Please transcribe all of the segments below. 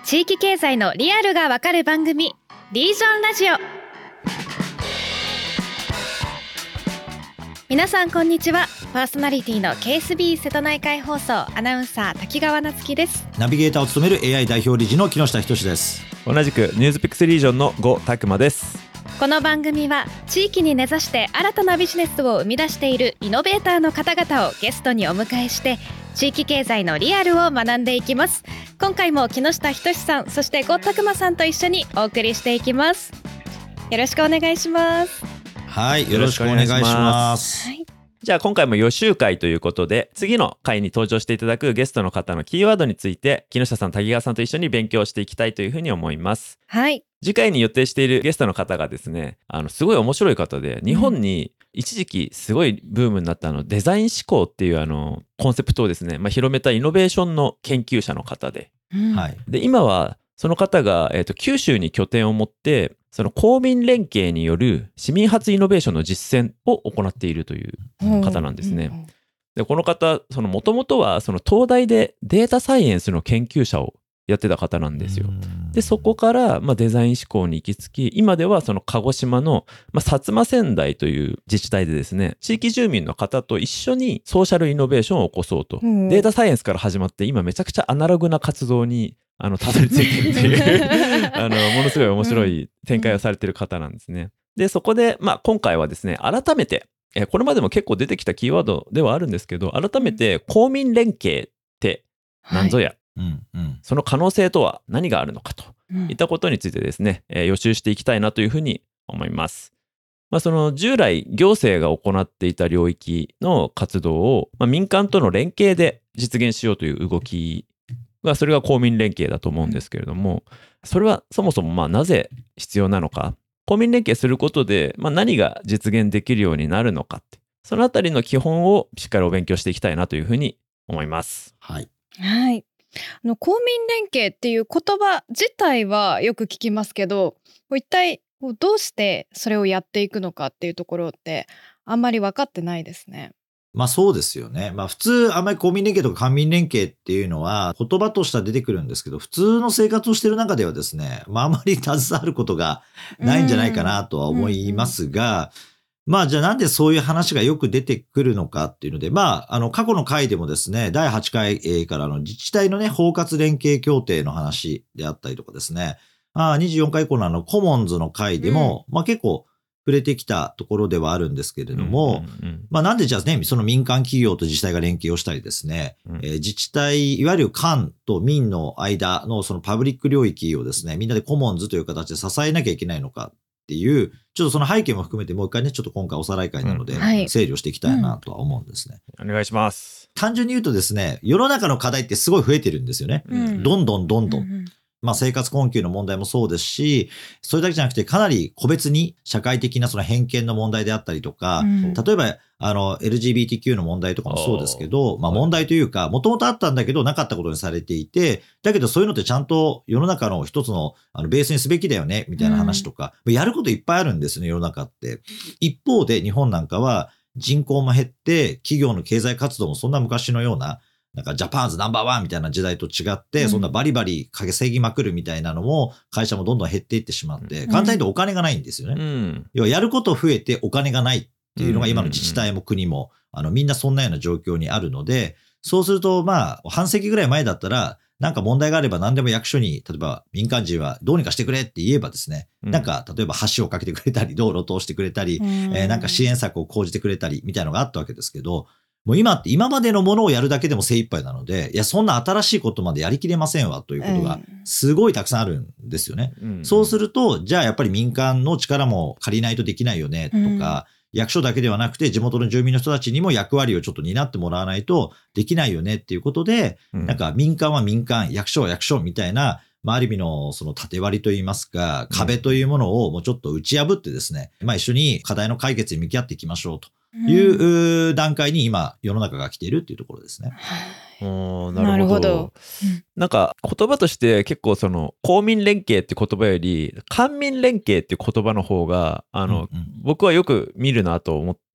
地域経済のリアルがわかる番組、リージョンラジオ。皆さんこんにちは。パーソナリティの KSB 瀬戸内海放送アナウンサー滝川夏樹です。 ナビゲーターを務める AI 代表理事の木下仁です。 同じくニュースピックスリージョンの呉拓磨です。 この番組は地域に根ざして新たなビジネスを生み出しているイノベーターの方々をゲストにお迎えして地域経済のリアルを学んでいきます。今回も木下仁さん、そして呉拓磨さんと一緒にお送りしていきます。よろしくお願いします。 はい、よろしくお願いします。 はい、 じゃあ今回も予習会ということで、次の回に登場していただくゲストの方のキーワードについて木下さん、滝川さんと一緒に勉強していきたいというふうに思います。 はい、 次回に予定しているゲストの方がですね、すごい面白い方で、日本に一時期すごいブームになったデザイン思考っていうコンセプトをですね、広めたイノベーションの研究者の方で、 はい、 で今はその方が、九州に拠点を持ってその公民連携による市民発イノベーションの実践を行っているという方なんですね。でこの方、もともとはその東大でデータサイエンスの研究者をやってた方なんですよ。でそこから、デザイン思考に行き着き、今ではその鹿児島の、薩摩川内という自治体でですね、地域住民の方と一緒にソーシャルイノベーションを起こそうと、データサイエンスから始まって今めちゃくちゃアナログな活動にたどり着いてるっていうものすごい面白い展開をされてる方なんですね。でそこで、今回はですね、改めてこれまでも結構出てきたキーワードではあるんですけど、改めて公民連携って何ぞや、その可能性とは何があるのかといったことについてですね、予習していきたいなというふうに思います。その従来行政が行っていた領域の活動を、民間との連携で実現しようという動きが、それが公民連携だと思うんですけれども、それはそもそもなぜ必要なのか、公民連携することで何が実現できるようになるのかって、そのあたりの基本をしっかりお勉強していきたいなというふうに思います。 はい、 はい、公民連携っていう言葉自体はよく聞きますけど、一体どうしてそれをやっていくのかっていうところってあんまり分かってないですね。 そうですよね。普通あんまり公民連携とか官民連携っていうのは言葉としては出てくるんですけど、普通の生活をしている中ではですね、あまり携わることがないんじゃないかなとは思いますが、じゃあなんでそういう話がよく出てくるのかっていうので、過去の回でもですね、第8回から自治体のね、包括連携協定の話であったりとかですね、24回以降のコモンズの回でも、結構触れてきたところではあるんですけれども、なんでじゃあね、その民間企業と自治体が連携をしたりですね、自治体、いわゆる官と民の間のそのパブリック領域をですね、みんなでコモンズという形で支えなきゃいけないのかっていう、ちょっとその背景も含めてもう一回ね、ちょっと今回おさらい会なので、整理をしていきたいなとは思うんですね。 お願いします。 単純に言うとですね、世の中の課題ってすごい増えてるんですよね。どんどん。生活困窮の問題もそうですし、それだけじゃなくてかなり個別に社会的なその偏見の問題であったりとか、例えばLGBTQ の問題とかもそうですけど、問題というか、もともとあったんだけどなかったことにされていて、だけどそういうのってちゃんと世の中の一つのベースにすべきだよね、みたいな話とか、やることいっぱいあるんですね、世の中って。一方で日本なんかは人口も減って、企業の経済活動もそんな昔のような、ジャパンズナンバーワンみたいな時代と違って、そんなバリバリ稼ぎまくるみたいなのも、会社もどんどん減っていってしまって、簡単に言うとお金がないんですよね。要はやること増えてお金がないっていうのが今の自治体も国も、みんなそんなような状況にあるので、そうすると半世紀ぐらい前だったら、問題があれば何でも役所に、例えば民間人はどうにかしてくれって言えばですね、例えば橋を架けてくれたり、道路を通してくれたり、支援策を講じてくれたりみたいなのがあったわけですけど、もう今って今までのものをやるだけでも精一杯なので、いや、そんな新しいことまでやりきれませんわということがすごいたくさんあるんですよね。そうすると、じゃあやっぱり民間の力も借りないとできないよねとか、役所だけではなくて地元の住民の人たちにも役割をちょっと担ってもらわないとできないよねっていうことで、民間は民間、役所は役所みたいな、ある意味のその縦割りといいますか、壁というものをもうちょっと打ち破ってですね、一緒に課題の解決に向き合っていきましょうという段階に今世の中が来ているっていうところですね。 なるほど。言葉として結構その公民連携って言葉より官民連携っていう言葉の方が僕はよく見るなと思っ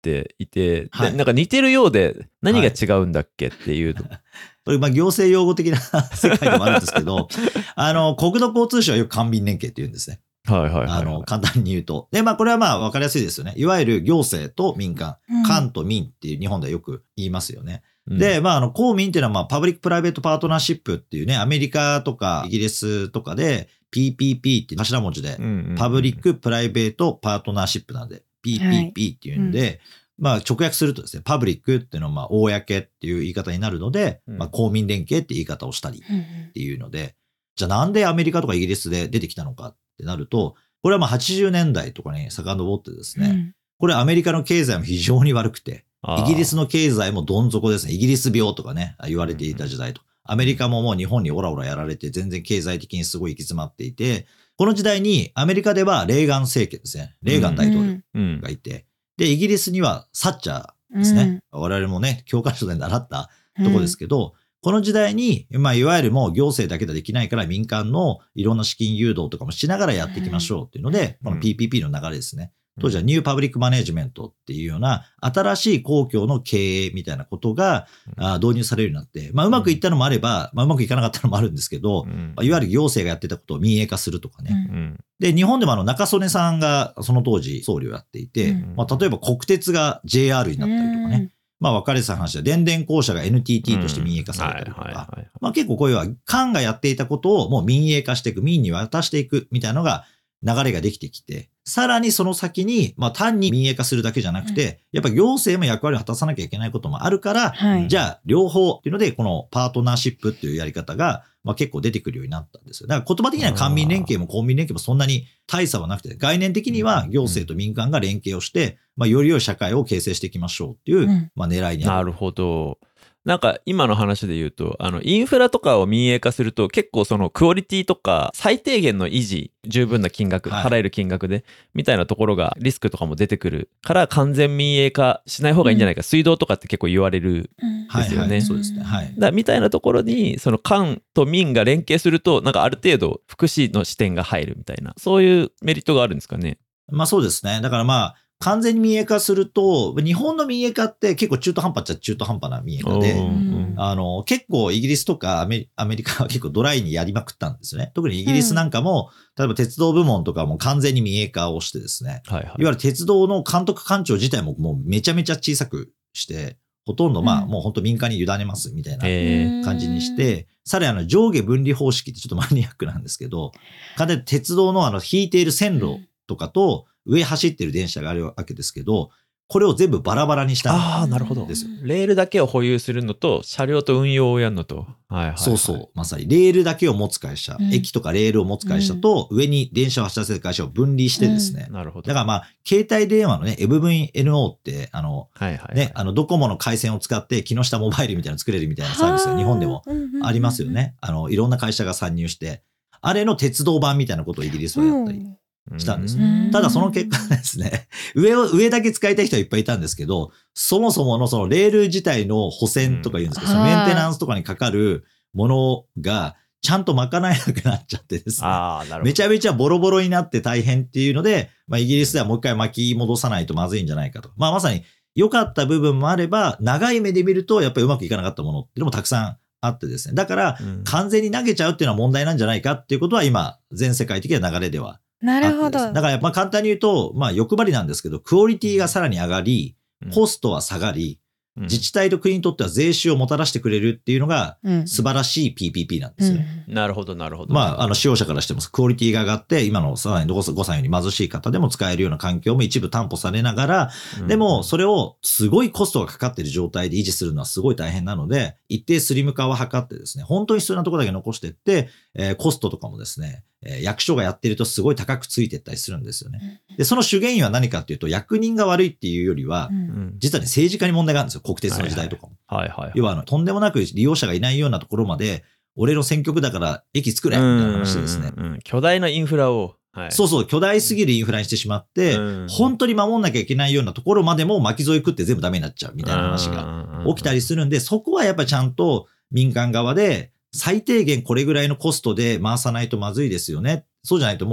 っていて、 はいでなんか似てるようで何が違うんだっけっていうの。 これ行政用語的な世界でもあるんですけど、国土交通省はよく官民連携って言うんですね。 はいはいはいはい。 簡単に言うと。で、これは分かりやすいですよね。いわゆる行政と民間、官と民っていう日本ではよく言いますよね。で、公民っていうのは、パブリックプライベートパートナーシップっていうね、アメリカとかイギリスとかで、PPP って頭文字で、パブリックプライベートパートナーシップなんで、PPP っていうんで、直訳するとですね、パブリックっていうのは、公っていう言い方になるので、公民連携って言い方をしたりっていうので、じゃあなんでアメリカとかイギリスで出てきたのかってなると、これは80年代とかに遡ってですね、これアメリカの経済も非常に悪くて、イギリスの経済もどん底ですね。イギリス病とかね、言われていた時代と。アメリカももう日本にオラオラやられて、全然経済的にすごい行き詰まっていて、この時代にアメリカではレーガン政権ですね。レーガン大統領がいて、で、イギリスにはサッチャーですね。我々もね、教科書で習ったとこですけど、この時代に、いわゆるもう行政だけではできないから民間のいろんな資金誘導とかもしながらやっていきましょうっていうので、この PPP の流れですね。当時はニューパブリックマネジメントっていうような新しい公共の経営みたいなことが導入されるようになって、うまくいったのもあれば、うまくいかなかったのもあるんですけど、いわゆる行政がやってたことを民営化するとかね。で、日本でも中曽根さんがその当時総理をやっていて、例えば国鉄が JR になったりとかね。分かれてた話で、電電公社が NTT として民営化されたりとか、結構こういう官がやっていたことをもう民営化していく、民に渡していくみたいなのが流れができてきて、さらにその先に、単に民営化するだけじゃなくて、やっぱり行政も役割を果たさなきゃいけないこともあるから、じゃあ両方っていうので、このパートナーシップっていうやり方が、結構出てくるようになったんですよ。だから言葉的には官民連携も公民連携もそんなに大差はなくて、概念的には行政と民間が連携をして、より良い社会を形成していきましょうっていう、狙いにある。 なるほど。なんか今の話で言うと、インフラとかを民営化すると結構そのクオリティとか最低限の維持、十分な金額、払える金額で、みたいなところがリスクとかも出てくるから完全民営化しない方がいいんじゃないか、水道とかって結構言われるんですよね。 そうですね。はい。 みたいなところに、その官と民が連携すると、なんかある程度福祉の視点が入るみたいな、そういうメリットがあるんですかね。 そうですね。だから完全に民営化すると、日本の民営化って結構中途半端っちゃ中途半端な民営化で、結構イギリスとかアメリカは結構ドライにやりまくったんですよね。特にイギリスなんかも、例えば鉄道部門とかも完全に民営化をしてですね、いわゆる鉄道の監督官庁自体ももうめちゃめちゃ小さくして、ほとんどもう本当民間に委ねますみたいな感じにして、さらに上下分離方式ってちょっとマニアックなんですけど、鉄道の引いている線路とかと、上走ってる電車があるわけですけど、これを全部バラバラにしたんですよ。 ああ、なるほど。レールだけを保有するのと、車両と運用をやるのと。 そうそう。まさに、レールだけを持つ会社、駅とかレールを持つ会社と、上に電車を走らせる会社を分離してですね。 なるほど。 だから携帯電話のね、MVNO って、ドコモの回線を使って木下モバイルみたいなの作れるみたいなサービスが日本でもありますよね。いろんな会社が参入して、あれの鉄道版みたいなことをイギリスはやったりしたんですね。ただその結果ですね、上だけ使いたい人はいっぱいいたんですけど、そもそものそのレール自体の保線とか言うんですけど、そのメンテナンスとかにかかるものがちゃんと賄えなくなっちゃってですね、めちゃめちゃボロボロになって大変っていうので、イギリスではもう一回巻き戻さないとまずいんじゃないかと。まさに良かった部分もあれば、長い目で見るとやっぱりうまくいかなかったものっていうのもたくさんあってですね。だから、完全に投げちゃうっていうのは問題なんじゃないかっていうことは今、全世界的な流れではなるほど。 だから簡単に言うと、欲張りなんですけど、クオリティがさらに上がり、コストは下がり、自治体と国にとっては税収をもたらしてくれるっていうのが素晴らしい PPP なんですよ。 なるほど、なるほど。 使用者からしてもクオリティが上がって、今のさらにごさんように貧しい方でも使えるような環境も一部担保されながら、でもそれをすごいコストがかかっている状態で維持するのはすごい大変なので、一定スリム化を図ってですね、本当に必要なところだけ残していって、コストとかもですね、役所がやってるとすごい高くついていったりするんですよね。で、その主原因は何かっていうと、役人が悪いっていうよりは、実はね、政治家に問題があるんですよ。国鉄の時代とかも。要はとんでもなく利用者がいないようなところまで、俺の選挙区だから駅作れみたいな話でですね。 巨大なインフラを。 そうそう、巨大すぎるインフラにしてしまって、本当に守んなきゃいけないようなところまでも巻き添え食って全部ダメになっちゃうみたいな話が起きたりするんで、そこはやっぱりちゃんと民間側で、最低限これぐらいのコストで回さないとまずいですよね。そうじゃないともう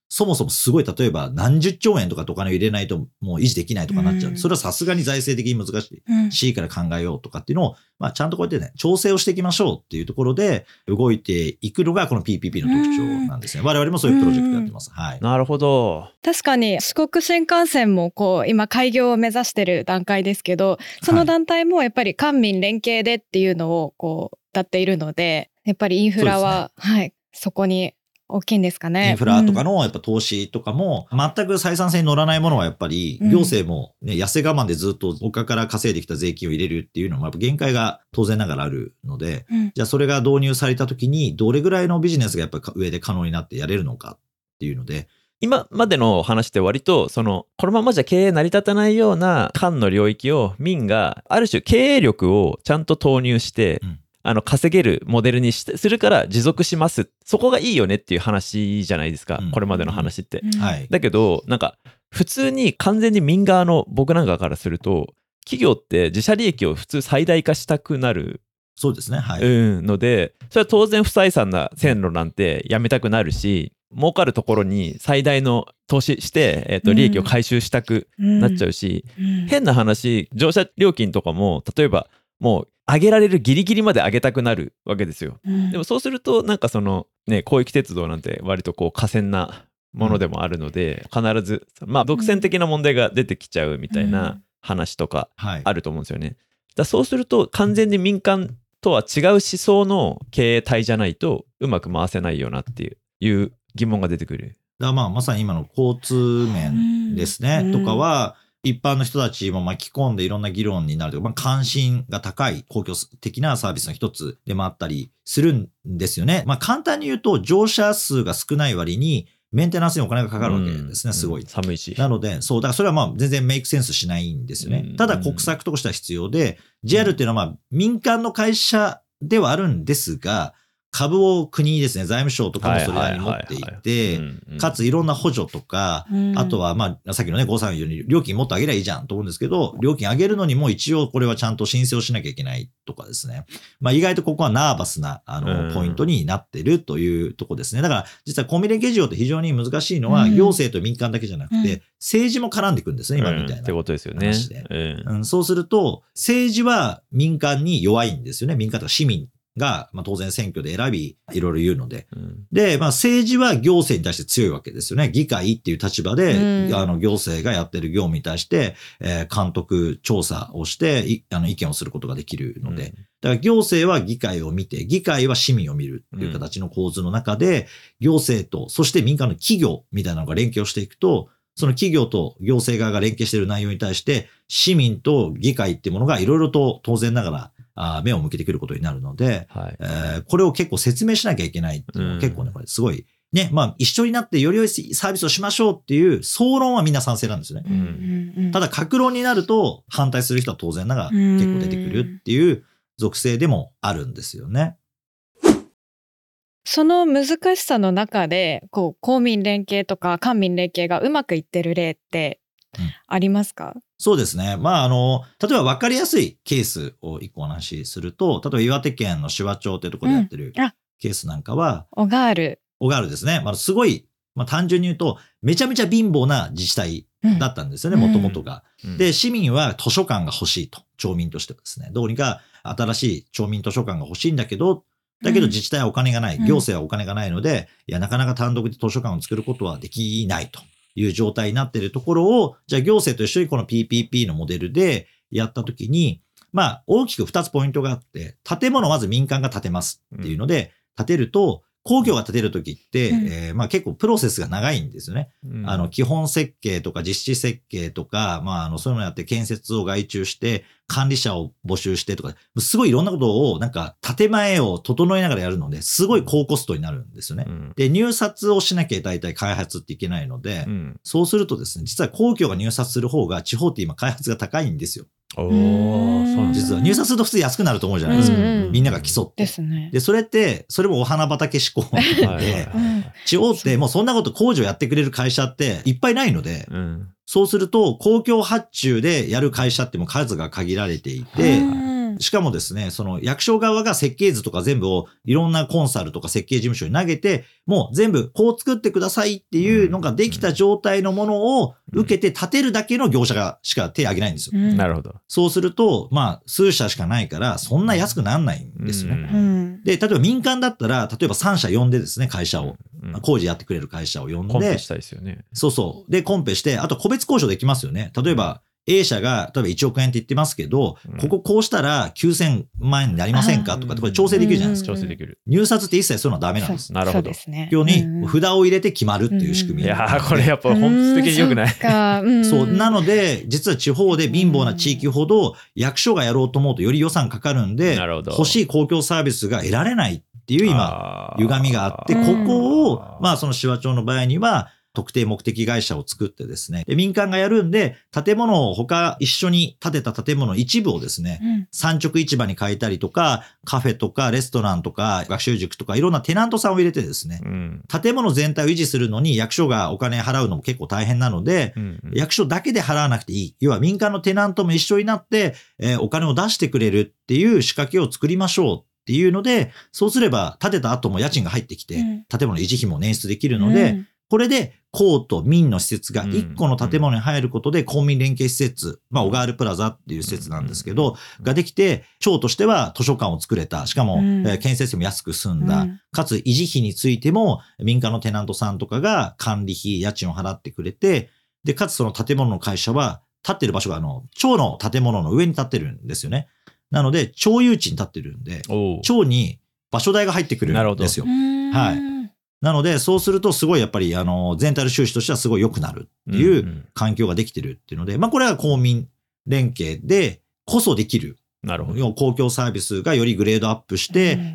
そもそもすごい、例えば何十兆円とかお金を入れないともう維持できないとかなっちゃう。それはさすがに財政的に難しい。C から考えようとかっていうのを、ちゃんとこうやってね、調整をしていきましょうっていうところで動いていくのがこの PPP の特徴なんですね。我々もそういうプロジェクトやってます。はい。 なるほど。 確かに四国新幹線も今開業を目指してる段階ですけど、その団体もやっぱり官民連携でっていうのを謳っているので、やっぱりインフラは、はい、そこに大きいんですかね。 インフラとかのやっぱ投資とかも、全く採算性に乗らないものはやっぱり、行政もね、痩せ我慢でずっと他から稼いできた税金を入れるっていうのもやっぱ限界が当然ながらあるので、じゃあそれが導入された時にどれぐらいのビジネスがやっぱり上で可能になってやれるのかっていうので、 今までの話って割とこのままじゃ経営成り立たないような官の領域を民がある種経営力をちゃんと投入して、稼げるモデルにするから持続します。そこがいいよねっていう話じゃないですか、これまでの話って。だけどなんか普通に完全に民側の僕なんかからすると、企業って自社利益を普通最大化したくなる。 そうですね。はい。 ので、それは当然不採算な線路なんてやめたくなるし、儲かるところに最大の投資して、利益を回収したくなっちゃうし、変な話、乗車料金とかも例えばもう上げられるギリギリまで上げたくなるわけですよ。でもそうするとなんか広域鉄道なんて割と河川なものでもあるので、必ず独占的な問題が出てきちゃうみたいな話とかあると思うんですよね。だそうすると完全に民間とは違う思想の経営体じゃないとうまく回せないよなっていう疑問が出てくる。 だからまさに今の交通面ですね、とかは一般の人たちも巻き込んでいろんな議論になるというか、関心が高い公共的なサービスの一つでもあったりするんですよね。簡単に言うと乗車数が少ない割にメンテナンスにお金がかかるわけですね、すごい。 寒いし。 なので、だからそれは全然メイクセンスしないんですよね。ただ国策としては必要で、JR っていうのは民間の会社ではあるんですが、株を国にですね、財務省とかもそれなりに持っていて、かついろんな補助とか、あとはさっきのね、郷さん言うように料金もっと上げりゃいいじゃんと思うんですけど、料金上げるのにも一応これはちゃんと申請をしなきゃいけないとかですね。意外とここはナーバスなポイントになってるというところですね。だから実はコンビ連携事業って非常に難しいのは、行政と民間だけじゃなくて、政治も絡んでいくんですね、今みたいな。 ってことですよね。 そうすると、政治は民間に弱いんですよね。民間とか市民が、当然選挙で選び、いろいろ言うので。で、政治は行政に対して強いわけですよね。議会っていう立場で、行政がやってる業務に対して、監督、調査をして、意見をすることができるので。だから行政は議会を見て、議会は市民を見るっていう形の構図の中で、行政と、そして民間の企業みたいなのが連携をしていくと、その企業と行政側が連携している内容に対して、市民と議会っていうものがいろいろと当然ながら、目を向けてくることになるので、これを結構説明しなきゃいけないっていうのは結構ね、これすごい、ね、一緒になってより良いサービスをしましょうっていう総論はみんな賛成なんですよね。ただ、各論になると反対する人は当然ながら結構出てくるっていう属性でもあるんですよね。 その難しさの中で、公民連携とか官民連携がうまくいってる例ってありますか？ そうですね。例えば分かりやすいケースを一個お話しすると、例えば岩手県の紫波町っていうところでやってるケースなんかは、 小川原ですね。すごい、単純に言うと、めちゃめちゃ貧乏な自治体だったんですよね、もともとが。で、市民は図書館が欲しいと、町民としてはですね。どうにか新しい町民図書館が欲しいんだけど自治体はお金がない、行政はお金がないので、なかなか単独で図書館を作ることはできないという状態になっているところを、じゃあ行政と一緒にこの PPP のモデルでやったときに、大きく2つポイントがあって、建物をまず民間が建てますっていうので、建てると、公共が建てるときって、結構プロセスが長いんですよね。基本設計とか実施設計とか、そういうのやって建設を外注して、管理者を募集してとか、すごいいろんなことを、建前を整えながらやるので、すごい高コストになるんですよね。で、入札をしなきゃ大体開発っていけないので、そうするとですね、実は公共が入札する方が、地方って今開発が高いんですよ。実は入札すると普通安くなると思うじゃないですか。みんなが競って。で、それもお花畑志向で、地方ってもうそんなこと工事をやってくれる会社っていっぱいないので、そうすると公共発注でやる会社っても数が限られていて、 しかもですね、その役所側が設計図とか全部をいろんなコンサルとか設計事務所に投げて、もう全部こう作ってくださいっていうのができた状態のものを受けて建てるだけの業者がしか手を挙げないんですよ。 なるほど。 そうすると、まあ数社しかないから、そんな安くならないんですよね。で、例えば民間だったら、例えば3社呼んでですね、会社を。工事やってくれる会社を呼んで。 コンペしたいですよね。 そうそう。で、コンペして、あと個別交渉できますよね。例えば、A 社が、例えば1億円って言ってますけど、こうしたら9000万円になりませんかとかって、これ調整できるじゃないですか。 調整できる。 入札って一切そういうのはダメなんです。 なるほど。 要に、札を入れて決まるっていう仕組み。 いやー、これやっぱ本質的に良くない。 そう。なので、実は地方で貧乏な地域ほど、役所がやろうと思うとより予算かかるんで、欲しい公共サービスが得られないっていう今、歪みがあって、ここを、まあその紫波町の場合には、特定目的会社を作ってですね。で、民間がやるんで、建物を他一緒に建てた建物の一部をですね、産直市場に変えたりとか、カフェとかレストランとか学習塾とかいろんなテナントさんを入れてですね、建物全体を維持するのに役所がお金払うのも結構大変なので、役所だけで払わなくていい。要は民間のテナントも一緒になって、お金を出してくれるっていう仕掛けを作りましょう。っていうので、そうすれば建てた後も家賃が入ってきて、建物維持費も捻出できるので、これで公と民の施設が1個の建物に入ることで公民連携施設、まあ小川原プラザっていう施設なんですけど、ができて、町としては図書館を作れた。しかも、建設費も安く済んだ。かつ維持費についても民間のテナントさんとかが管理費、家賃を払ってくれて、で、かつその建物の会社は建ってる場所が町の建物の上に建ってるんですよね。なので、町有地に建ってるんで、町に場所代が入ってくるんですよ。はい。なので、そうするとすごいやっぱり、全体の収支としてはすごい良くなるっていう環境ができてるっていうので、まあこれは公民連携でこそできる。 なるほど。 公共サービスがよりグレードアップして、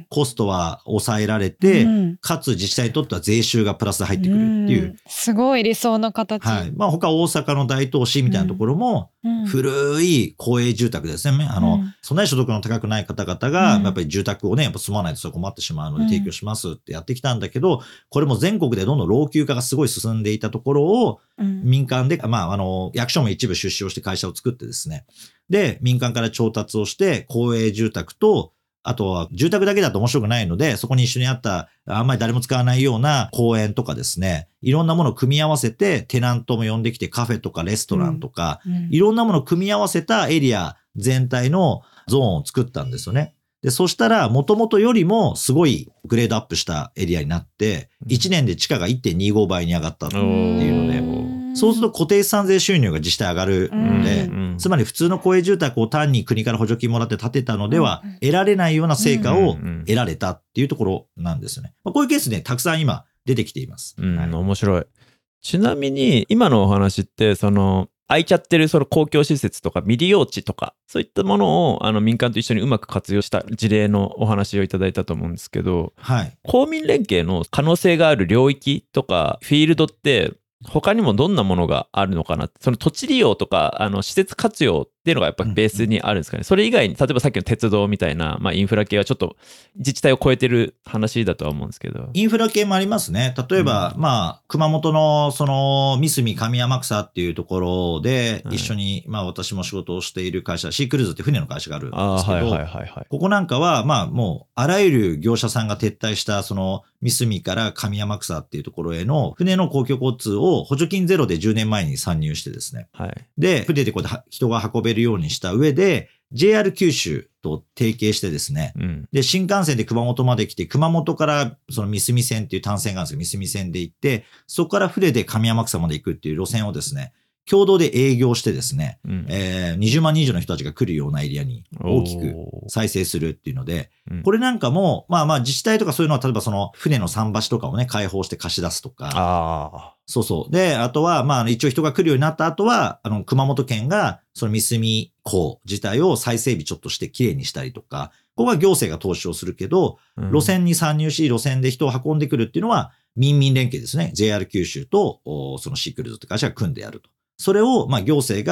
コストは抑えられて、かつ自治体にとっては税収がプラスで入ってくるっていう。 すごい理想の形。 はい。まあ他大阪の大東市みたいなところも、古い公営住宅ですね。そんなに所得の高くない方々が、やっぱり住宅をね、やっぱ住まないとそれ困ってしまうので提供しますってやってきたんだけど、これも全国でどんどん老朽化がすごい進んでいたところを、民間で、まあ役所も一部出資をして会社を作ってですね。で、民間から調達をして、公営住宅と、あとは住宅だけだと面白くないので、そこに一緒にあったあんまり誰も使わないような公園とかですね、いろんなものを組み合わせてテナントも呼んできてカフェとかレストランとか、いろんなものを組み合わせたエリア全体のゾーンを作ったんですよね。で、そしたら元々よりもすごいグレードアップしたエリアになって、1年で地価が 1.25 倍に上がったっていうので、そうすると固定資産税収入が自治体上がるので、つまり普通の公営住宅を単に国から補助金もらって建てたのでは得られないような成果を得られたっていうところなんですよね。こういうケースね、たくさん今出てきています。 面白い。ちなみに今のお話って、空いちゃってるその公共施設とか未利用地とか、そういったものを民間と一緒にうまく活用した事例のお話をいただいたと思うんですけど、 はい、 公民連携の可能性がある領域とかフィールドって他にもどんなものがあるのかなって、その土地利用とか施設活用っていうのがやっぱりベースにあるんですかね。それ以外に例えばさっきの鉄道みたいな、インフラ系はちょっと自治体を超えてる話だとは思うんですけど。 インフラ系もありますね。例えば、熊本の三角上天草っていうところで一緒に、私も仕事をしている会社、シークルーズって船の会社があるんですけど、ここなんかはもうあらゆる業者さんが撤退した三角から上天草っていうところへの船の公共交通を補助金ゼロで10年前に参入してですね。で、船でこうやって人が運べるようにした上で、JR 九州と提携してですね。で、新幹線で熊本まで来て、熊本からその三角線っていう単線があるんですけど、三角線で行って、そこから船で上天草まで行くっていう路線をですね、共同で営業してですね、20万人以上の人たちが来るようなエリアに大きく再生するっていうので、これなんかも、自治体とかそういうのは、例えばその船の桟橋とかをね、開放して貸し出すとか。そうそう。で、あとは、一応人が来るようになった後は、熊本県が、その三角港自体を再整備ちょっとしてきれいにしたりとか、ここは行政が投資をするけど、路線に参入し、路線で人を運んでくるっていうのは、民民連携ですね。JR 九州と、そのシークルーズって会社が組んでやると。それを、行政が、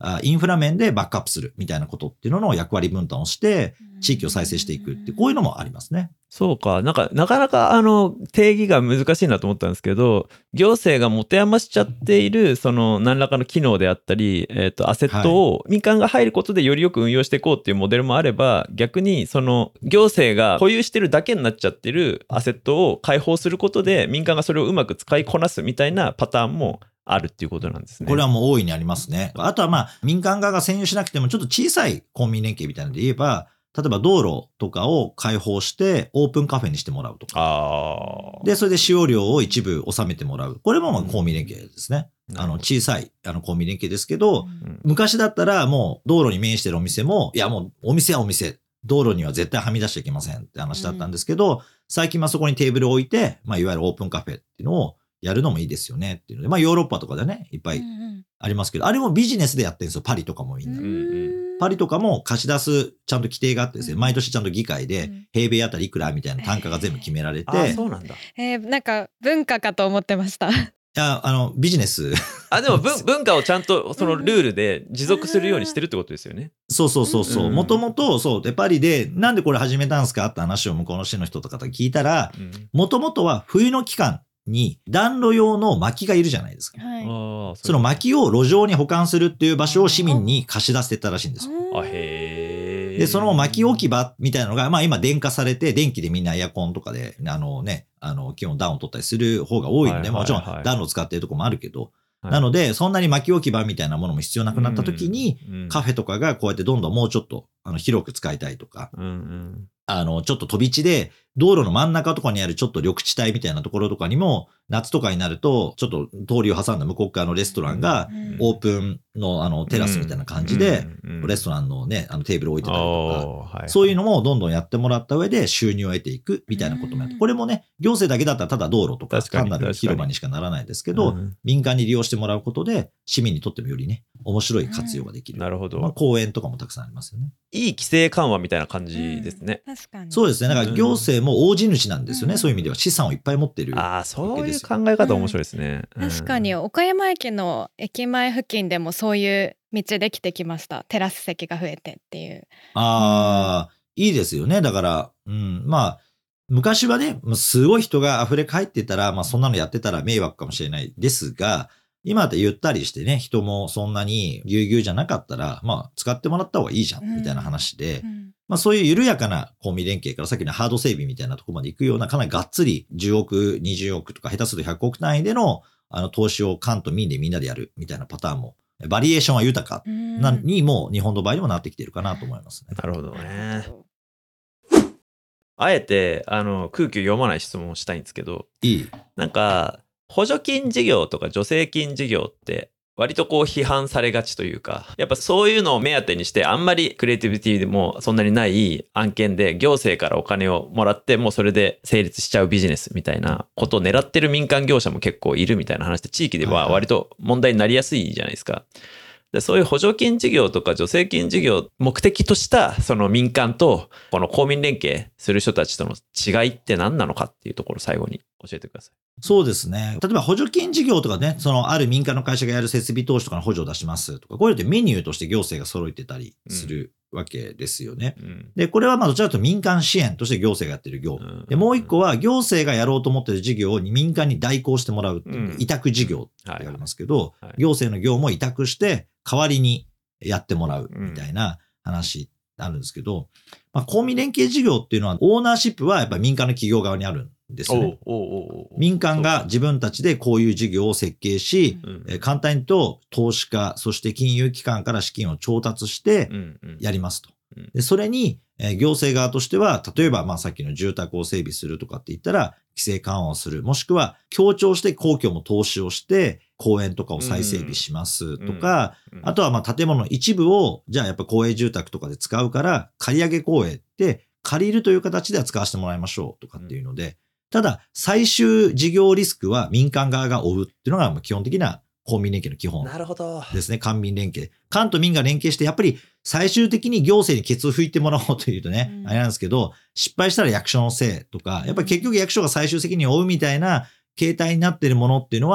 インフラ面でバックアップするみたいなことっていうのの役割分担をして、地域を再生していくって、こういうのもありますね。 そうか。なかなか定義が難しいなと思ったんですけど、行政が持て余しちゃっている、その何らかの機能であったり、アセットを民間が入ることでよりよく運用していこうっていうモデルもあれば、逆にその行政が保有してるだけになっちゃってるアセットを開放することで、民間がそれをうまく使いこなすみたいなパターンもあるっていうことなんですね。 これはもう大いにありますね。あとは民間側が占有しなくてもちょっと小さい公民連携みたいなので言えば、例えば道路とかを開放してオープンカフェにしてもらうとか。で、それで使用料を一部納めてもらう。これも公民連携ですね。小さい公民連携ですけど、昔だったらもう道路に面してるお店も、いやもうお店はお店。道路には絶対はみ出しちゃいけませんって話だったんですけど、最近そこにテーブルを置いて、いわゆるオープンカフェっていうのをやるのもいいですよねっていうので、ヨーロッパとかでね、いっぱいありますけど、あれもビジネスでやってるんですよ、パリとかもみんな。パリとかも貸し出すちゃんと規定があってですね、毎年ちゃんと議会で平米あたりいくらみたいな単価が全部決められて。 そうなんだ。 なんか文化かと思ってました。いや、ビジネス。 でも文化をちゃんとそのルールで持続するようにしてるってことですよね。 そう。もともと、そう。で、パリで、なんでこれ始めたんですかって話を向こうの市の人とかと聞いたら、もともとは冬の期間に暖炉用の薪がいるじゃないですか。その薪を路上に保管するっていう場所を市民に貸し出してたらしいんですよ。で、その薪置き場みたいなのが、今電化されて、電気でみんなエアコンとかで、基本暖を取ったりする方が多いので、もちろん暖炉を使っているところもあるけど、なので、そんなに薪置き場みたいなものも必要なくなった時に、カフェとかがこうやってどんどんもうちょっと広く使いたいとか、ちょっと飛び地で、道路の真ん中とかにあるちょっと緑地帯みたいなところとかにも、夏とかになると、ちょっと通りを挟んだ向こう側のレストランが、オープンのテラスみたいな感じで、レストランのね、テーブルを置いてたりとか、そういうのもどんどんやってもらった上で収入を得ていくみたいなこともやって、これもね、行政だけだったらただ道路とか、単なる広場にしかならないですけど、民間に利用してもらうことで、市民にとってもよりね、面白い活用ができる。 なるほど。 公園とかもたくさんありますよね。 いい規制緩和みたいな感じですね。 確かに。 そうですね。だから行政も大地主なんですよね。そういう意味では資産をいっぱい持ってる。 そういう考え方面白いですね。 確かに岡山駅の駅前付近でもそういう道できてきました。テラス席が増えてっていう。 いいですよね。だから、昔はね、すごい人が溢れ返ってたら、そんなのやってたら迷惑かもしれないですが、今だってゆったりしてね、人もそんなにぎゅうぎゅうじゃなかったら、使ってもらった方がいいじゃん、みたいな話で、そういう緩やかな公民連携からさっきのハード整備みたいなところまで行くような、かなりがっつり10億、20億とか下手すると100億単位での、投資を官と民でみんなでやるみたいなパターンも、バリエーションは豊かにも日本の場合にもなってきているかなと思いますね。 なるほどね。あえて、空気を読まない質問をしたいんですけど、なんか、補助金事業とか助成金事業って割と批判されがちというか、やっぱそういうのを目当てにしてあんまりクリエイティビティでもそんなにない案件で行政からお金をもらってもうそれで成立しちゃうビジネスみたいなことを狙ってる民間業者も結構いるみたいな話で地域では割と問題になりやすいじゃないですか。でそういう補助金事業とか助成金事業目的としたその民間とこの公民連携する人たちとの違いって何なのかっていうところを最後に教えてください。 そうですね。例えば補助金事業とかね、ある民間の会社がやる設備投資とかの補助を出しますとか、こういうのってメニューとして行政が揃えてたりするわけですよね。で、これはどちらかというと民間支援として行政がやってる業務。で、もう一個は行政がやろうと思ってる事業に民間に代行してもらうっていう委託事業って言われますけど、行政の業務を委託して代わりにやってもらうみたいな話あるんですけど、公民連携事業っていうのはオーナーシップはやっぱり民間の企業側にあるんですよね。民間が自分たちでこういう事業を設計し、簡単に言うと投資家、そして金融機関から資金を調達してやりますと。でそれに行政側としては、例えばさっきの住宅を整備するとかって言ったら、規制緩和をする。もしくは協調して公共も投資をして、公園とかを再整備しますとか、あとは建物の一部を、じゃあやっぱ公営住宅とかで使うから、借り上げ公営って借りるという形では使わせてもらいましょうとかっていうので、ただ最終事業リスクは民間側が負うっていうのが基本的な公民連携の基本ですね。官民連携。官と民が連携して、やっぱり最終的に行政にケツを拭いてもらおうというとね、あれなんですけど、失敗したら役所のせいとか、やっぱり結局役所が最終責任を負うみたいな形態になっているものっていうのは、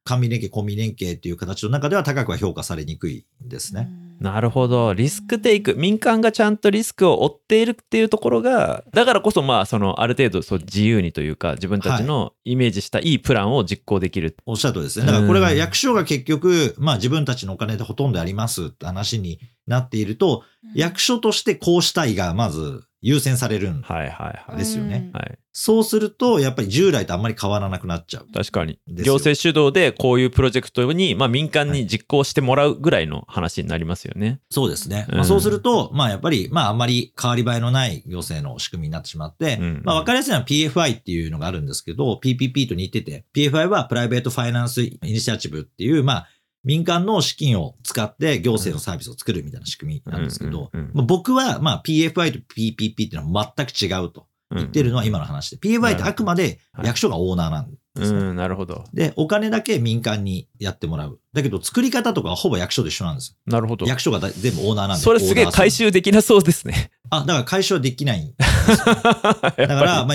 官民連携、公民連携っていう形の中では高くは評価されにくいんですね。 なるほど。リスクテイク、民間がちゃんとリスクを負っているっていうところが、だからこそある程度自由にというか、自分たちのイメージしたいいプランを実行できる。 おっしゃるとですね。だからこれが役所が結局、自分たちのお金でほとんどやりますって話になっていると、役所としてこうしたいがまず優先されるんですよね。そうすると、やっぱり従来とあんまり変わらなくなっちゃう。 確かに。行政主導でこういうプロジェクトに、民間に実行してもらうぐらいの話になりますよね。 そうですね。そうすると、やっぱり、あんまり変わり映えのない行政の仕組みになってしまって、わかりやすいのは PFI っていうのがあるんですけど、PPP と似てて、PFI はプライベートファイナンスイニシアチブっていう、民間の資金を使って行政のサービスを作るみたいな仕組みなんですけど、僕はPFI と PPP っていうのは全く違うと言ってるのは今の話で、PFI ってあくまで役所がオーナーなんですね。 なるほど。 で、お金だけ民間にやってもらう。だけど作り方とかはほぼ役所と一緒なんですよ。 なるほど。 役所が全部オーナーなんで。 それすげえ回収できなそうですね。 だから回収はできないんですよ。だから、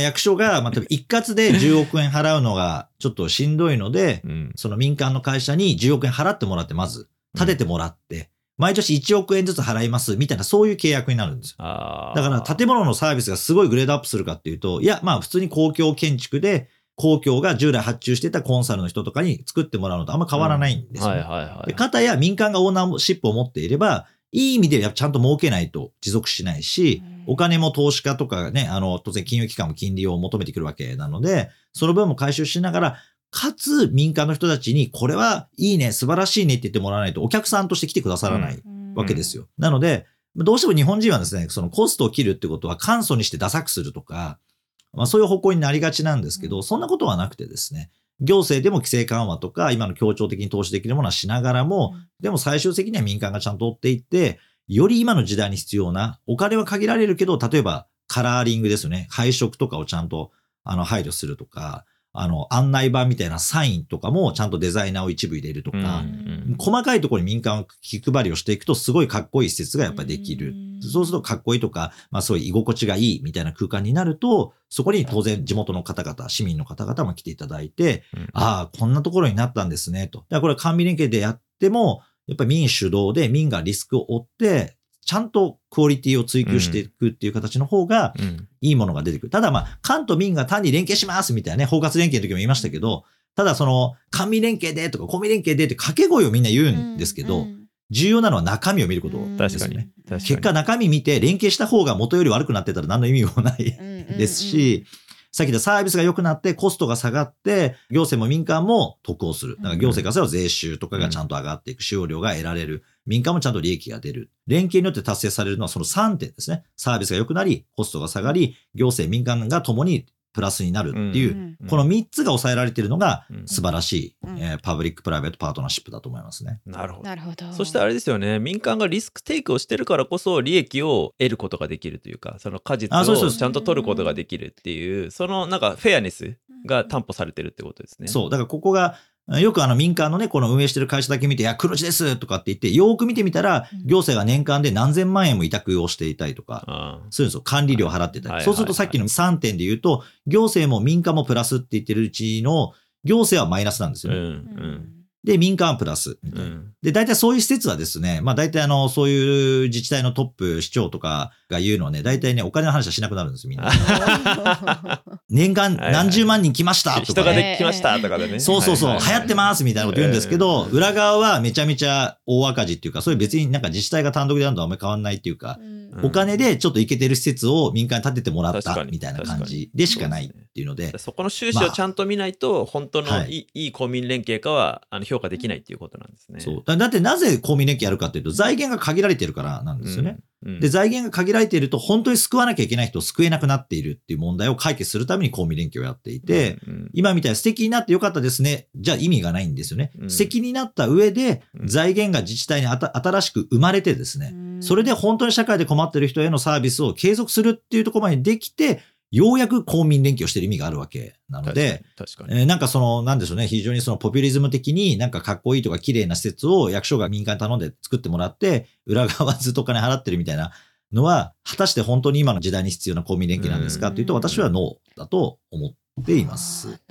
役所が、例えば一括で10億円払うのがちょっとしんどいので、その民間の会社に10億円払ってもらって、まず、立ててもらって、毎年1億円ずつ払います、みたいな、そういう契約になるんですよ。だから、建物のサービスがすごいグレードアップするかっていうと、いや、普通に公共建築で、公共が従来発注してたコンサルの人とかに作ってもらうのとあんま変わらないんですよね。かたや民間がオーナーシップを持っていれば、いい意味でちゃんと儲けないと持続しないし、お金も投資家とかね、当然金融機関も金利を求めてくるわけなので、その分も回収しながら、かつ民間の人たちにこれはいいね、素晴らしいねって言ってもらわないとお客さんとして来てくださらないわけですよ。なので、どうしても日本人はですね、そのコストを切るってことは簡素にしてダサくするとか、そういう方向になりがちなんですけど、そんなことはなくてですね、行政でも規制緩和とか、今の協調的に投資できるものはしながらも、でも最終的には民間がちゃんと追っていって、より今の時代に必要な、お金は限られるけど、例えばカラーリングですよね。配色とかをちゃんと配慮するとか、案内板みたいなサインとかもちゃんとデザイナーを一部入れるとか、細かいところに民間は気配りをしていくとすごいかっこいい施設がやっぱりできる。そうするとかっこいいとか、そういう居心地がいいみたいな空間になると、そこに当然地元の方々、市民の方々も来ていただいて、こんなところになったんですねと。だからこれ官民連携でやっても、やっぱり民主導で民がリスクを負って、ちゃんとクオリティを追求していくっていう形の方がいいものが出てくる。ただ官と民が単に連携しますみたいなね、包括連携の時も言いましたけど、ただ官民連携でとか公民連携でって掛け声をみんな言うんですけど、重要なのは中身を見ることですよね。結果中身見て連携した方が元より悪くなってたら何の意味もないですし、さっき言ったサービスが良くなってコストが下がって行政も民間も得をする。だから行政からすれば税収とかがちゃんと上がっていく、使用量が得られる。民間もちゃんと利益が出る。連携によって達成されるのはその3点ですね。サービスが良くなり、コストが下がり、行政、民間が共にプラスになるっていう、この3つが抑えられているのが素晴らしい、パブリックプライベートパートナーシップだと思いますね。 なるほど。そしてあれですよね、民間がリスクテイクをしてるからこそ利益を得ることができるというか、その果実をちゃんと取ることができるっていう、そのフェアネスが担保されてるってことですね。 そう。だからここがよく民間のね、この運営してる会社だけ見て、いや、黒字ですとかって言って、よーく見てみたら、行政が年間で何千万円も委託をしていたりとか、そういうんですよ。管理料払ってたり。そうするとさっきの3点で言うと、行政も民間もプラスって言ってるうちの、行政はマイナスなんですよね。で、民間はプラスみたいな。で、大体そういう施設はですね、大体そういう自治体のトップ、市長とかが言うのはね、大体ね、お金の話はしなくなるんですよ、みんな。年間何十万人来ましたとか、 人が来ましたとかでね。 そう、流行ってますみたいなこと言うんですけど、裏側はめちゃめちゃ大赤字っていうか、そういう別に自治体が単独でやるのとあんまり変わんないっていうか、お金でちょっとイケてる施設を民間に建ててもらったみたいな感じでしかないっていうので。 そこの収支をちゃんと見ないと、本当のいい公民連携かは評価できないっていうことなんですね。 そう。だってなぜ公民連携やるかっていうと、財源が限られてるからなんですよね。で、財源が限られていると、本当に救わなきゃいけない人を救えなくなっているっていう問題を解決するために公民連携をやっていて、今みたいに素敵になってよかったですね。じゃあ意味がないんですよね。素敵になった上で、財源が自治体に新しく生まれてですね、それで本当に社会で困っている人へのサービスを継続するっていうところまでできて、ようやく公民連携をしている意味があるわけなので、 確かになんでしょうね、非常にポピュリズム的にかっこいいとか綺麗な施設を役所が民間に頼んで作ってもらって、裏側はずっとお金払ってるみたいなのは、果たして本当に今の時代に必要な公民連携なんですかというと、私はノーだと思っています。 なるほ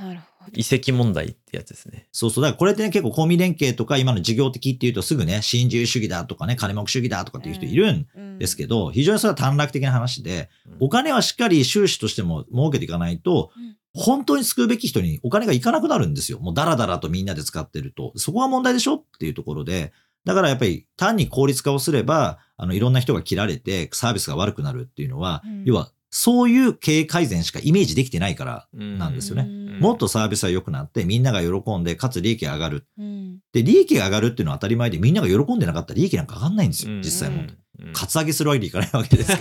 遺跡問題ってやつですね。 そうそう。だからこれってね、結構公民連携とか今の事業的っていうとすぐね、新自由主義だとかね、金目主義だとかっていう人いるんですけど、非常にそれは短絡的な話で、お金はしっかり収支としても儲けていかないと、本当に救うべき人にお金がいかなくなるんですよ。もうダラダラとみんなで使ってると。そこが問題でしょっていうところで、だからやっぱり単に効率化をすれば、いろんな人が切られてサービスが悪くなるっていうのは、要はそういう経営改善しかイメージできてないからなんですよね。もっとサービスは良くなってみんなが喜んで、かつ利益が上がる。で、利益が上がるっていうのは当たり前で、みんなが喜んでなかったら利益なんか上がんないんですよ。実際も。カツアゲするわけにいかないわけですから。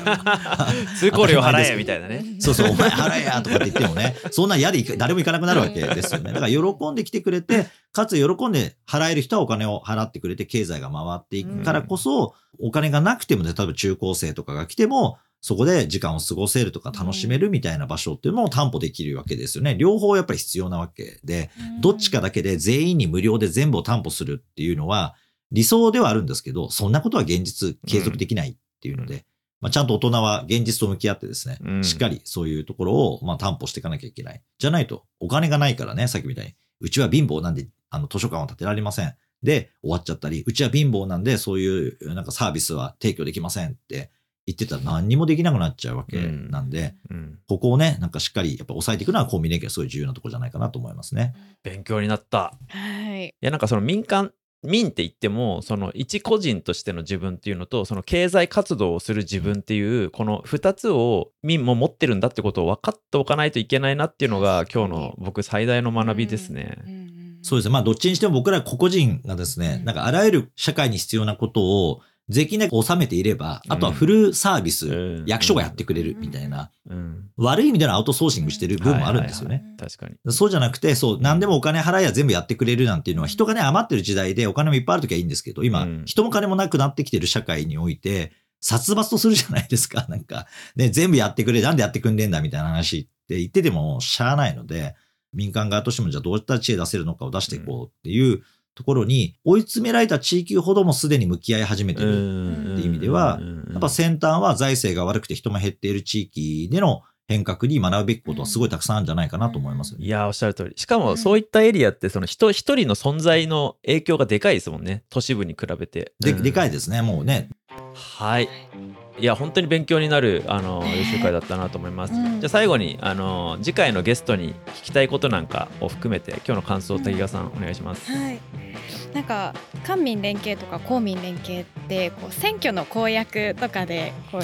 通行料払えみたいなね。 そうそう、お前払えやとかって言ってもね、そんな嫌で誰も行かなくなるわけですよね。だから喜んで来てくれて、かつ喜んで払える人はお金を払ってくれて経済が回っていくからこそ、お金がなくてもね、例えば中高生とかが来ても、そこで時間を過ごせるとか楽しめるみたいな場所っていうのを担保できるわけですよね。両方やっぱり必要なわけで、どっちかだけで全員に無料で全部を担保するっていうのは理想ではあるんですけど、そんなことは現実継続できないっていうので、ちゃんと大人は現実と向き合ってですね、しっかりそういうところを担保していかなきゃいけない。じゃないとお金がないからね、さっきみたいに、うちは貧乏なんで図書館は建てられません。で、終わっちゃったり、うちは貧乏なんでそういうなんかサービスは提供できませんって言ってたら何にもできなくなっちゃうわけなんで、ここをね、なんかしっかりやっぱ抑えていくのは公民連携がすごい重要なところじゃないかなと思いますね。 勉強になった。 はい。 いや、なんかその民って言っても、その一個人としての自分っていうのと、その経済活動をする自分っていう、この2つを民も持ってるんだってことを分かっておかないといけないなっていうのが今日の僕最大の学びですね。 そうですね。どっちにしても僕ら個々人がですね、なんかあらゆる社会に必要なことを税金だけ納めていれば、あとはフルサービス、役所がやってくれるみたいな、悪い意味でのアウトソーシングしてる部分もあるんですよね。 確かに。 そうじゃなくて、何でもお金払いや全部やってくれるなんていうのは、人がね、余ってる時代でお金もいっぱいあるときはいいんですけど、今、人も金もなくなってきてる社会において、殺伐とするじゃないですか。なんか、ね、全部やってくれ、なんでやってくんねんだみたいな話って言っててもしゃあないので、民間側としてもじゃあどういった知恵出せるのかを出していこうっていうところに追い詰められた地域ほどもすでに向き合い始めてるっていう意味では、やっぱ先端は財政が悪くて人も減っている地域での変革に学ぶべきことはすごいたくさんあるんじゃないかなと思いますよね。 いや、おっしゃる通り。しかもそういったエリアってその人一人の存在の影響がでかいですもんね。都市部に比べて。 でかいですね、もうね。 はい。いや本当に勉強になる優秀会だったなと思います。じゃあ最後に次回のゲストに聞きたいことなんかを含めて今日の感想を滝川さんお願いします。 はい。なんか官民連携とか公民連携って選挙の公約とかでよく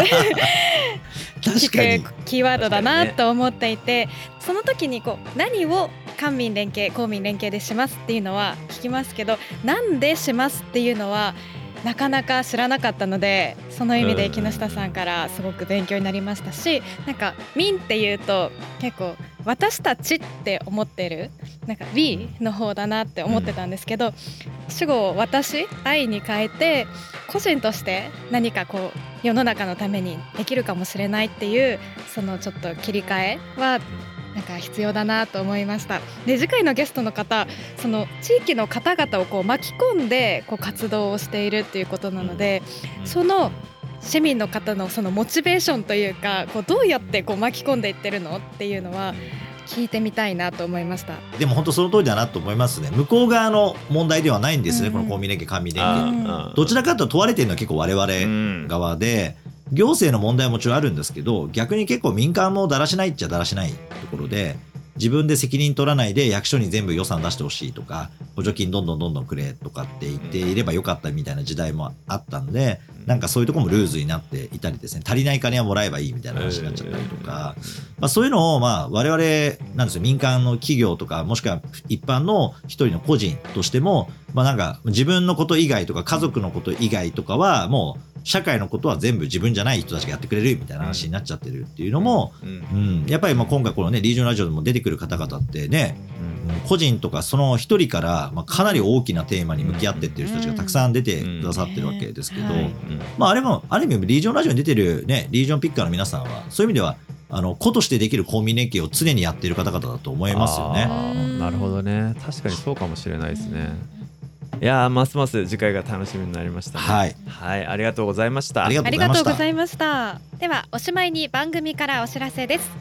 聞くキーワードだなと思っていて、その時に何を官民連携公民連携でしますっていうのは聞きますけど、なんでしますっていうのはなかなか知らなかったので、その意味で木下さんからすごく勉強になりましたし、なんか民っていうと結構私たちって思ってる、なんか we の方だなって思ってたんですけど、主語を私、愛に変えて個人として何か世の中のためにできるかもしれないっていうそのちょっと切り替えはなんか必要だなと思いました。で、次回のゲストの方、その地域の方々を巻き込んで活動をしているっていうことなので、その市民の方のそのモチベーションというか、どうやって巻き込んでいってるのっていうのは聞いてみたいなと思いました。 でも本当その通りだなと思いますね。向こう側の問題ではないんですね、この公民連携官民連携。どちらかというと問われているのは結構我々側で、行政の問題はもちろんあるんですけど、逆に結構民間もだらしないっちゃだらしないところで、自分で責任取らないで役所に全部予算出してほしいとか、補助金どんどんくれとかって言っていればよかったみたいな時代もあったんで、なんかそういうところもルーズになっていたりですね、足りない金はもらえばいいみたいな話になっちゃったりとか、そういうのを我々なんですよ、民間の企業とかもしくは一般の一人の個人としても、なんか自分のこと以外とか家族のこと以外とかはもう社会のことは全部自分じゃない人たちがやってくれるみたいな話になっちゃってるっていうのも、やっぱり今回このねリージョンラジオでも出てくる方々ってね、個人とかその一人からかなり大きなテーマに向き合ってっていう人たちがたくさん出てくださってるわけですけど、あれもある意味リージョンラジオに出てるねリージョンピッカーの皆さんはそういう意味では個としてできる公民連携を常にやっている方々だと思いますよね。 なるほどね、確かにそうかもしれないですね。いやますます次回が楽しみになりましたね。はい、ありがとうございました。 ありがとうございました。ではおしまいに番組からお知らせです。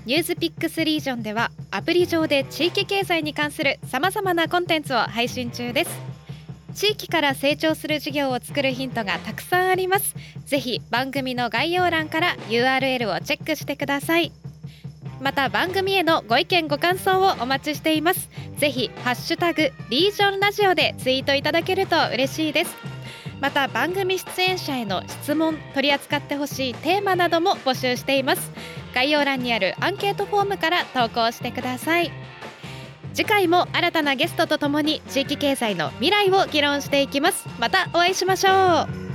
ニュースピックスリージョンではアプリ上で地域経済に関するさまざまなコンテンツを配信中です。地域から成長する事業を作るヒントがたくさんあります。ぜひ番組の概要欄から URL をチェックしてください。また番組へのご意見ご感想をお待ちしています。ぜひハッシュタグリージョンラジオでツイートいただけると嬉しいです。また番組出演者への質問、取り扱ってほしいテーマなども募集しています。概要欄にあるアンケートフォームから投稿してください。次回も新たなゲストとともに地域経済の未来を議論していきます。またお会いしましょう。